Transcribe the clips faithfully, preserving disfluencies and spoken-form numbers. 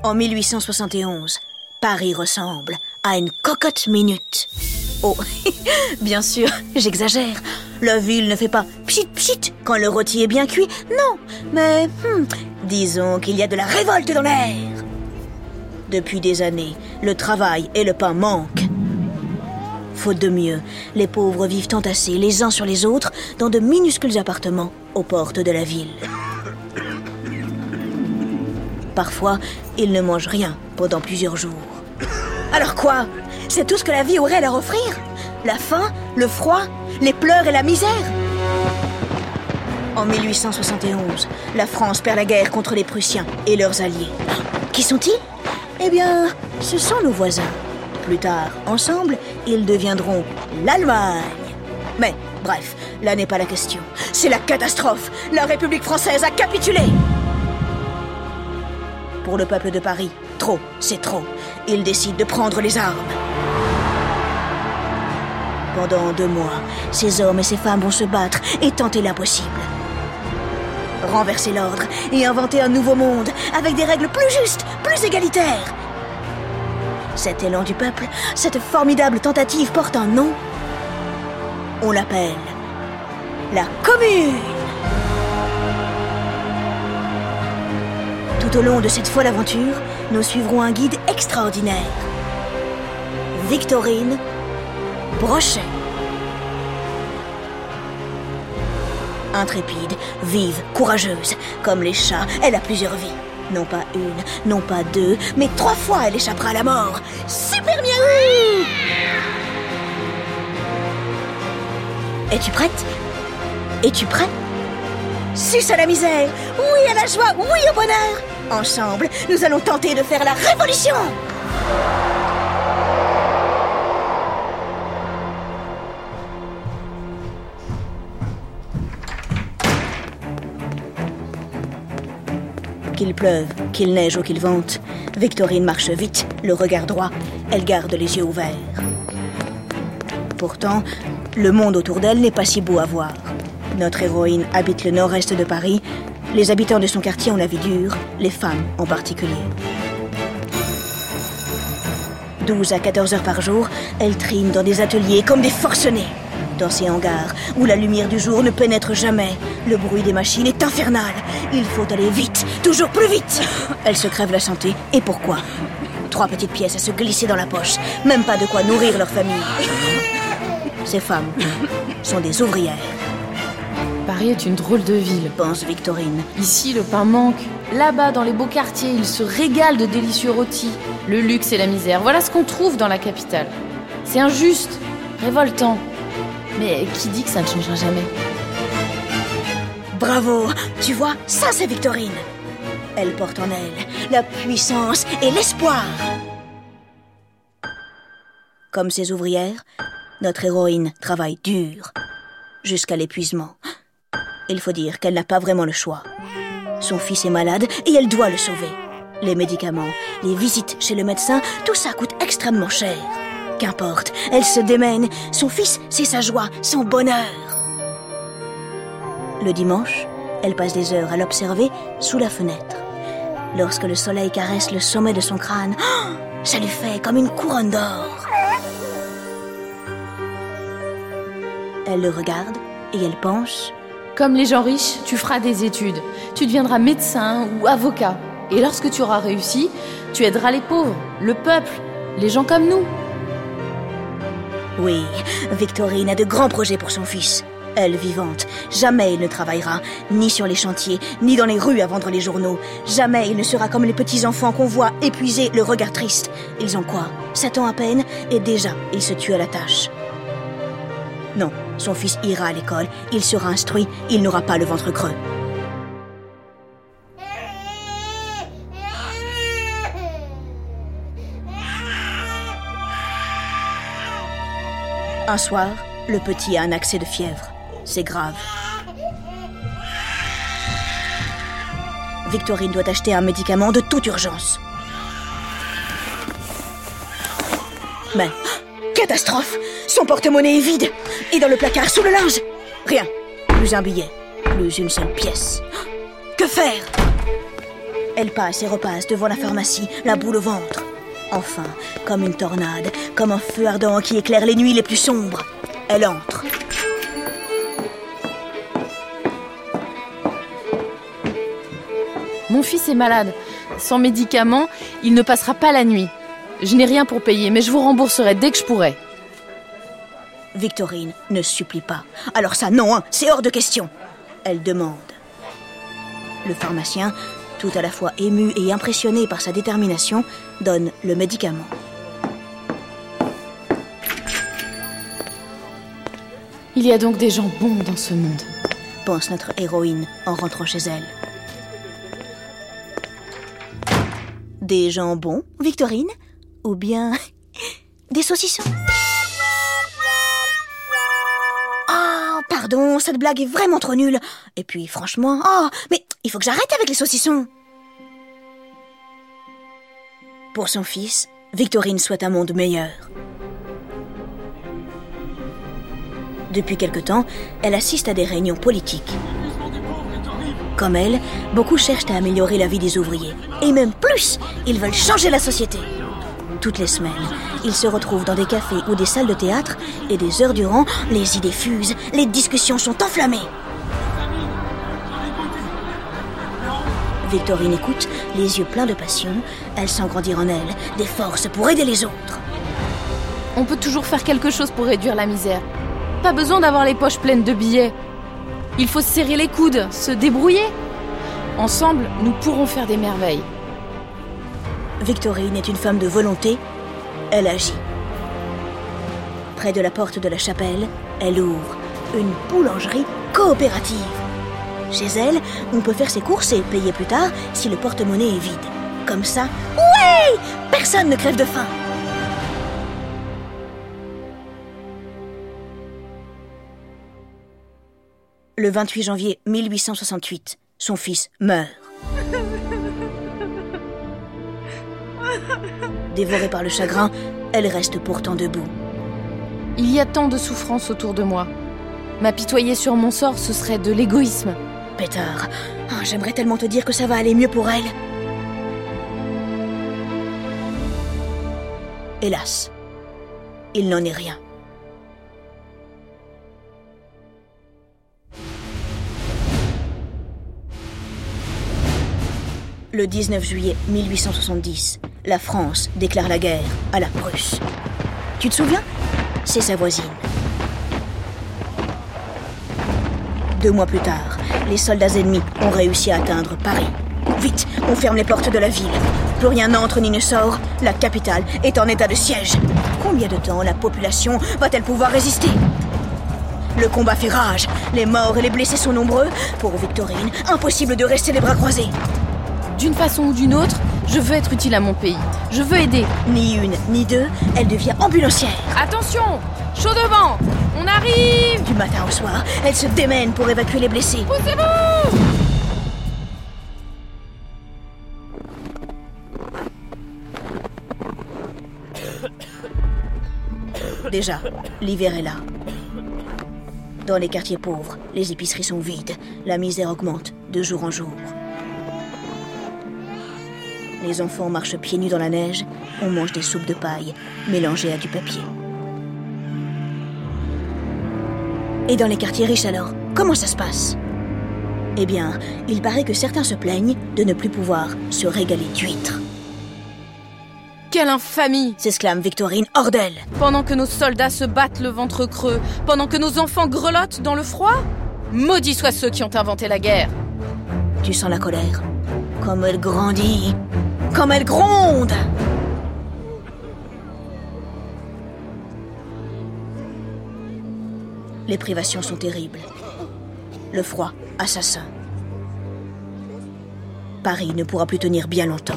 En mille huit cent soixante et onze, Paris ressemble à une cocotte minute. Oh, bien sûr, j'exagère. La ville ne fait pas pchit pchit quand le rôti est bien cuit, non. Mais hmm, disons qu'il y a de la révolte dans l'air. Depuis des années, le travail et le pain manquent. Faute de mieux, les pauvres vivent entassés les uns sur les autres dans de minuscules appartements aux portes de la ville. Parfois, ils ne mangent rien pendant plusieurs jours. Alors quoi? C'est tout ce que la vie aurait à leur offrir? La faim, le froid, les pleurs et la misère? En mille huit cent soixante et onze, la France perd la guerre contre les Prussiens et leurs alliés. Qui sont-ils? Eh bien, ce sont nos voisins. Plus tard, ensemble, ils deviendront l'Allemagne. Mais, bref, là n'est pas la question. C'est la catastrophe. La République française a capitulé. Pour le peuple de Paris, trop, c'est trop. Ils décident de prendre les armes. Pendant deux mois, ces hommes et ces femmes vont se battre et tenter l'impossible. Renverser l'ordre et inventer un nouveau monde avec des règles plus justes, plus égalitaires. Cet élan du peuple, cette formidable tentative porte un nom. On l'appelle la Commune. Tout au long de cette folle aventure, nous suivrons un guide extraordinaire. Victorine Brochet. Intrépide, vive, courageuse, comme les chats, elle a plusieurs vies. Non pas une, non pas deux, mais trois fois elle échappera à la mort. Super miaou! Es-tu prête? Es-tu prêt? Suce à la misère, oui à la joie, oui au bonheur. Ensemble, nous allons tenter de faire la révolution. Qu'il pleuve, qu'il neige ou qu'il vente, Victorine marche vite, le regard droit, elle garde les yeux ouverts. Pourtant, le monde autour d'elle n'est pas si beau à voir. Notre héroïne habite le nord-est de Paris. Les habitants de son quartier ont la vie dure, les femmes en particulier. douze à quatorze heures par jour, elle trime dans des ateliers comme des forcenés. Dans ces hangars où la lumière du jour ne pénètre jamais, le bruit des machines est infernal. Il faut aller vite, toujours plus vite. Elle se crève la santé, et pourquoi? Trois petites pièces à se glisser dans la poche, même pas de quoi nourrir leur famille. Ces femmes sont des ouvrières. Paris est une drôle de ville, pense Victorine. Ici, le pain manque. Là-bas, dans les beaux quartiers, ils se régalent de délicieux rôtis. Le luxe et la misère, voilà ce qu'on trouve dans la capitale. C'est injuste, révoltant. Mais qui dit que ça ne changera jamais? Bravo! Tu vois, ça c'est Victorine. Elle porte en elle la puissance et l'espoir. Comme ses ouvrières, notre héroïne travaille dur, jusqu'à l'épuisement. Il faut dire qu'elle n'a pas vraiment le choix. Son fils est malade et elle doit le sauver. Les médicaments, les visites chez le médecin, tout ça coûte extrêmement cher. Qu'importe, elle se démène. Son fils, c'est sa joie, son bonheur. Le dimanche, elle passe des heures à l'observer sous la fenêtre. Lorsque le soleil caresse le sommet de son crâne, oh, ça lui fait comme une couronne d'or. Elle le regarde et elle pense... Comme les gens riches, tu feras des études. Tu deviendras médecin ou avocat. Et lorsque tu auras réussi, tu aideras les pauvres, le peuple, les gens comme nous. Oui, Victorine a de grands projets pour son fils. Elle, vivante, jamais il ne travaillera, ni sur les chantiers, ni dans les rues à vendre les journaux. Jamais il ne sera comme les petits-enfants qu'on voit épuisés, le regard triste. Ils ont quoi? Sept ans à peine, et déjà, ils se tuent à la tâche. Non, son fils ira à l'école, il sera instruit, il n'aura pas le ventre creux. Un soir, le petit a un accès de fièvre. C'est grave. Victorine doit acheter un médicament de toute urgence. Mais, catastrophe! Son porte-monnaie est vide. Et dans le placard, sous le linge, rien. Plus un billet, plus une seule pièce. Que faire? Elle passe et repasse devant la pharmacie, la boule au ventre. Enfin, comme une tornade, comme un feu ardent qui éclaire les nuits les plus sombres, elle entre. Mon fils est malade. Sans médicaments, il ne passera pas la nuit. Je n'ai rien pour payer, mais je vous rembourserai dès que je pourrai. Victorine ne supplie pas. Alors ça, non, hein, c'est hors de question. Elle demande. Le pharmacien, tout à la fois ému et impressionné par sa détermination, donne le médicament. Il y a donc des gens bons dans ce monde, pense notre héroïne en rentrant chez elle. Des gens bons, Victorine? Ou bien des saucissons? Oh, pardon, cette blague est vraiment trop nulle. Et puis, franchement, oh, mais il faut que j'arrête avec les saucissons. Pour son fils, Victorine souhaite un monde meilleur. Depuis quelque temps, elle assiste à des réunions politiques. Comme elle, beaucoup cherchent à améliorer la vie des ouvriers. Et même plus, ils veulent changer la société. Toutes les semaines, ils se retrouvent dans des cafés ou des salles de théâtre et des heures durant, les idées fusent, les discussions sont enflammées. Victorine écoute, les yeux pleins de passion. Elle sent grandir en elle des forces pour aider les autres. On peut toujours faire quelque chose pour réduire la misère. Pas besoin d'avoir les poches pleines de billets. Il faut se serrer les coudes, se débrouiller. Ensemble, nous pourrons faire des merveilles. Victorine est une femme de volonté. Elle agit. Près de la porte de la chapelle, elle ouvre une boulangerie coopérative. Chez elle, on peut faire ses courses et payer plus tard si le porte-monnaie est vide. Comme ça, ouais, personne ne crève de faim. Le vingt-huit janvier mille huit cent soixante-huit, son fils meurt. Dévorée par le chagrin, elle reste pourtant debout. Il y a tant de souffrance autour de moi. M'apitoyer sur mon sort, ce serait de l'égoïsme. Pétard, oh, j'aimerais tellement te dire que ça va aller mieux pour elle. Hélas, il n'en est rien. Le dix-neuf juillet mille huit cent soixante-dix, la France déclare la guerre à la Prusse. Tu te souviens? C'est sa voisine. Deux mois plus tard, les soldats ennemis ont réussi à atteindre Paris. Vite, on ferme les portes de la ville. Plus rien n'entre ni ne sort. La capitale est en état de siège. Combien de temps la population va-t-elle pouvoir résister? Le combat fait rage. Les morts et les blessés sont nombreux. Pour Victorine, impossible de rester les bras croisés. D'une façon ou d'une autre, je veux être utile à mon pays. Je veux aider. Ni une, ni deux, elle devient ambulancière. Attention! Chaud devant! On arrive! Du matin au soir, elle se démène pour évacuer les blessés. Poussez-vous! Déjà, l'hiver est là. Dans les quartiers pauvres, les épiceries sont vides. La misère augmente de jour en jour. Les enfants marchent pieds nus dans la neige. On mange des soupes de paille mélangées à du papier. Et dans les quartiers riches alors, comment ça se passe? Eh bien, il paraît que certains se plaignent de ne plus pouvoir se régaler d'huîtres. Quelle infamie! S'exclame Victorine hors d'elle. Pendant que nos soldats se battent le ventre creux, pendant que nos enfants grelottent dans le froid, maudits soient ceux qui ont inventé la guerre. Tu sens la colère? Comme elle grandit, comme elle gronde! Les privations sont terribles. Le froid, assassin. Paris ne pourra plus tenir bien longtemps.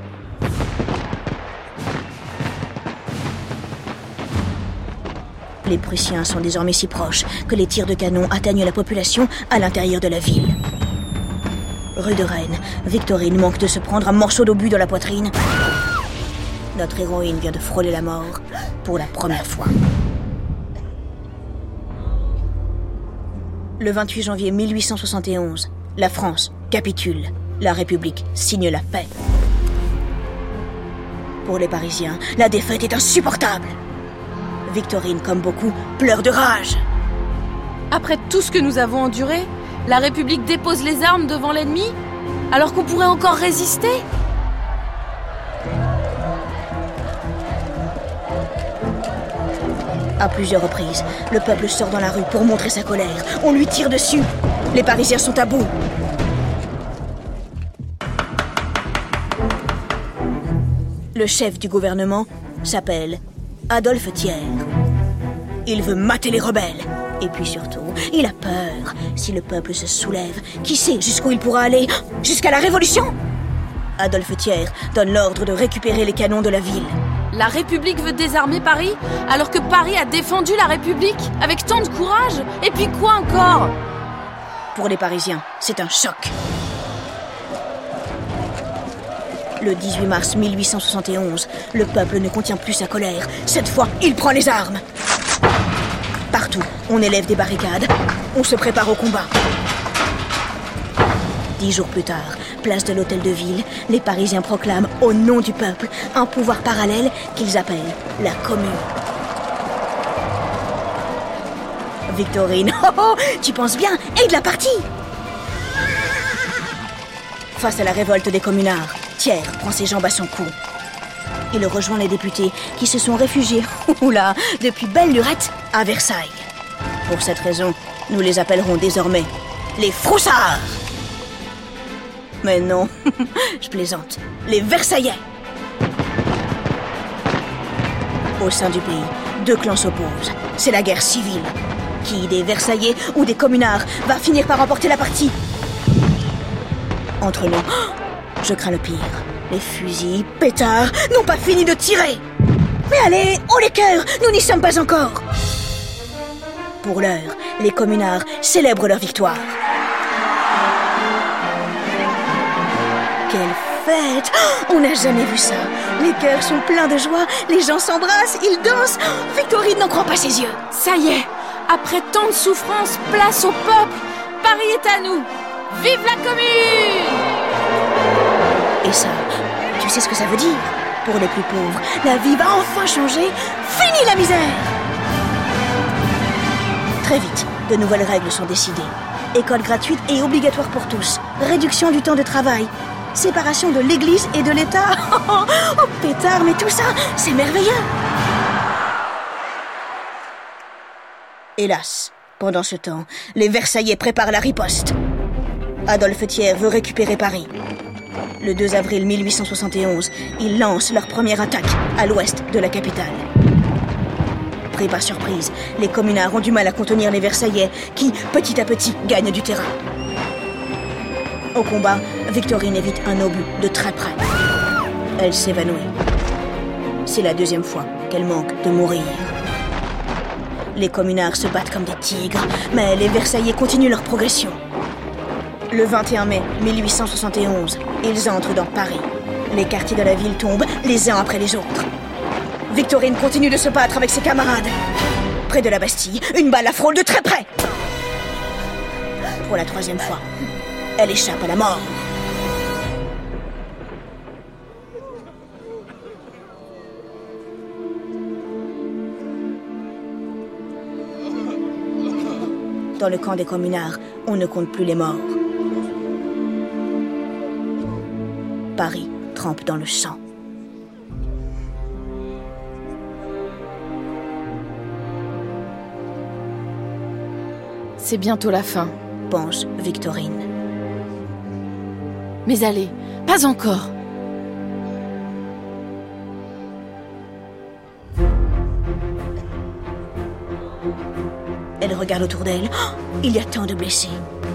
Les Prussiens sont désormais si proches que les tirs de canon atteignent la population à l'intérieur de la ville. Rue de Rennes, Victorine manque de se prendre un morceau d'obus dans la poitrine. Notre héroïne vient de frôler la mort pour la première fois. Le vingt-huit janvier mille huit cent soixante et onze, la France capitule. La République signe la paix. Pour les Parisiens, la défaite est insupportable. Victorine, comme beaucoup, pleure de rage. Après tout ce que nous avons enduré, la République dépose les armes devant l'ennemi, alors qu'on pourrait encore résister. À plusieurs reprises, le peuple sort dans la rue pour montrer sa colère. On lui tire dessus. Les Parisiens sont à bout. Le chef du gouvernement s'appelle Adolphe Thiers. Il veut mater les rebelles. Et puis surtout, il a peur. Si le peuple se soulève, qui sait jusqu'où il pourra aller? Jusqu'à la révolution? Adolphe Thiers donne l'ordre de récupérer les canons de la ville. La République veut désarmer Paris, alors que Paris a défendu la République avec tant de courage. Et puis quoi encore? Pour les Parisiens, c'est un choc. Le dix-huit mars mille huit cent soixante et onze, le peuple ne contient plus sa colère. Cette fois, il prend les armes. Partout, on élève des barricades. On se prépare au combat. Dix jours plus tard, place de l'Hôtel de Ville, les Parisiens proclament au nom du peuple un pouvoir parallèle qu'ils appellent la Commune. Victorine, oh oh, tu penses bien, aide la partie! Face à la révolte des communards, Thiers prend ses jambes à son cou. Il rejoint les députés qui se sont réfugiés, oula, depuis belle lurette, à Versailles. Pour cette raison, nous les appellerons désormais les Froussards. Mais non, je plaisante, les Versaillais. Au sein du pays, deux clans s'opposent. C'est la guerre civile. Qui, des Versaillais ou des communards, va finir par remporter la partie? Entre nous, je crains le pire. Les fusils, pétards, n'ont pas fini de tirer. Mais allez, haut les cœurs, nous n'y sommes pas encore. Pour l'heure, les communards célèbrent leur victoire. Quelle fête! On n'a jamais vu ça. Les cœurs sont pleins de joie, les gens s'embrassent, ils dansent. Victorine n'en croit pas ses yeux. Ça y est, après tant de souffrances, place au peuple. Paris est à nous. Vive la Commune! Et ça, tu sais ce que ça veut dire? Pour les plus pauvres, la vie va enfin changer. Fini la misère! Très vite, de nouvelles règles sont décidées. École gratuite et obligatoire pour tous. Réduction du temps de travail. Séparation de l'Église et de l'État. Oh, oh, pétard, mais tout ça, c'est merveilleux! Hélas, pendant ce temps, les Versaillais préparent la riposte. Adolphe Thiers veut récupérer Paris. Le deux avril mille huit cent soixante et onze, ils lancent leur première attaque à l'ouest de la capitale. Pris par surprise, les communards ont du mal à contenir les Versaillais qui, petit à petit, gagnent du terrain. Au combat, Victorine évite un obus de très près. Elle s'évanouit. C'est la deuxième fois qu'elle manque de mourir. Les communards se battent comme des tigres, mais les Versaillais continuent leur progression. Le vingt et un mai mille huit cent soixante et onze, ils entrent dans Paris. Les quartiers de la ville tombent les uns après les autres. Victorine continue de se battre avec ses camarades. Près de la Bastille, une balle la frôle de très près. Pour la troisième fois, elle échappe à la mort. Dans le camp des communards, on ne compte plus les morts. Paris trempe dans le sang. C'est bientôt la fin, pense Victorine. Mais allez, pas encore. Elle regarde autour d'elle. Oh, il y a tant de blessés.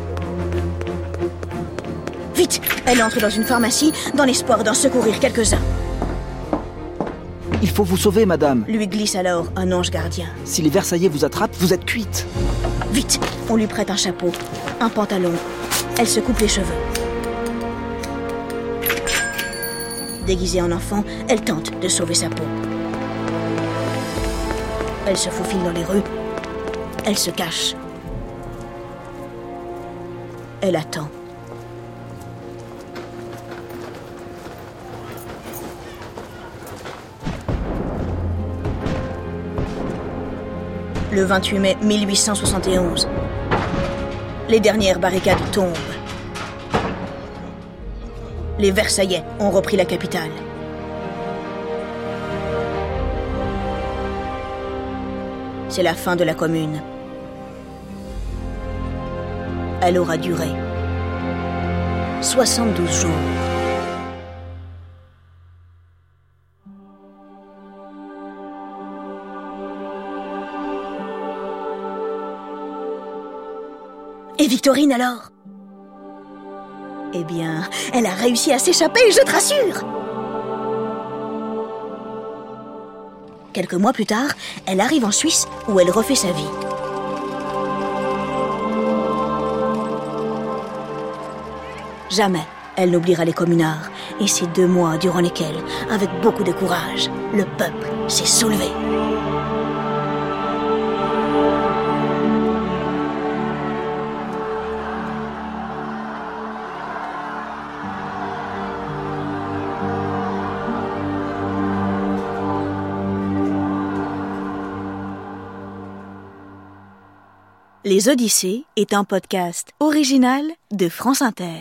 Vite, elle entre dans une pharmacie dans l'espoir d'en secourir quelques-uns. Il faut vous sauver, madame. Lui glisse alors un ange gardien. Si les Versaillais vous attrapent, vous êtes cuite. Vite, on lui prête un chapeau, un pantalon. Elle se coupe les cheveux. Déguisée en enfant, elle tente de sauver sa peau. Elle se faufile dans les rues. Elle se cache. Elle attend. le vingt-huit mai mille huit cent soixante et onze. Les dernières barricades tombent. Les Versaillais ont repris la capitale. C'est la fin de la Commune. Elle aura duré soixante-douze jours. Et Victorine alors? Eh bien, elle a réussi à s'échapper, je te rassure. Quelques mois plus tard, elle arrive en Suisse où elle refait sa vie. Jamais elle n'oubliera les communards et ces deux mois durant lesquels, avec beaucoup de courage, le peuple s'est soulevé. Les Odyssées est un podcast original de France Inter.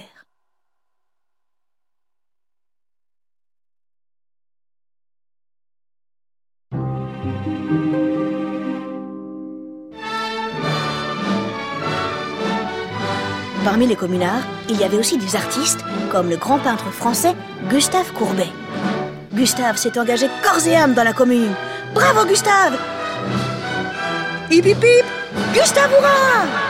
Parmi les communards, il y avait aussi des artistes, comme le grand peintre français Gustave Courbet. Gustave s'est engagé corps et âme dans la commune. Bravo Gustave! Hip hip hip! Gustave Hurrah!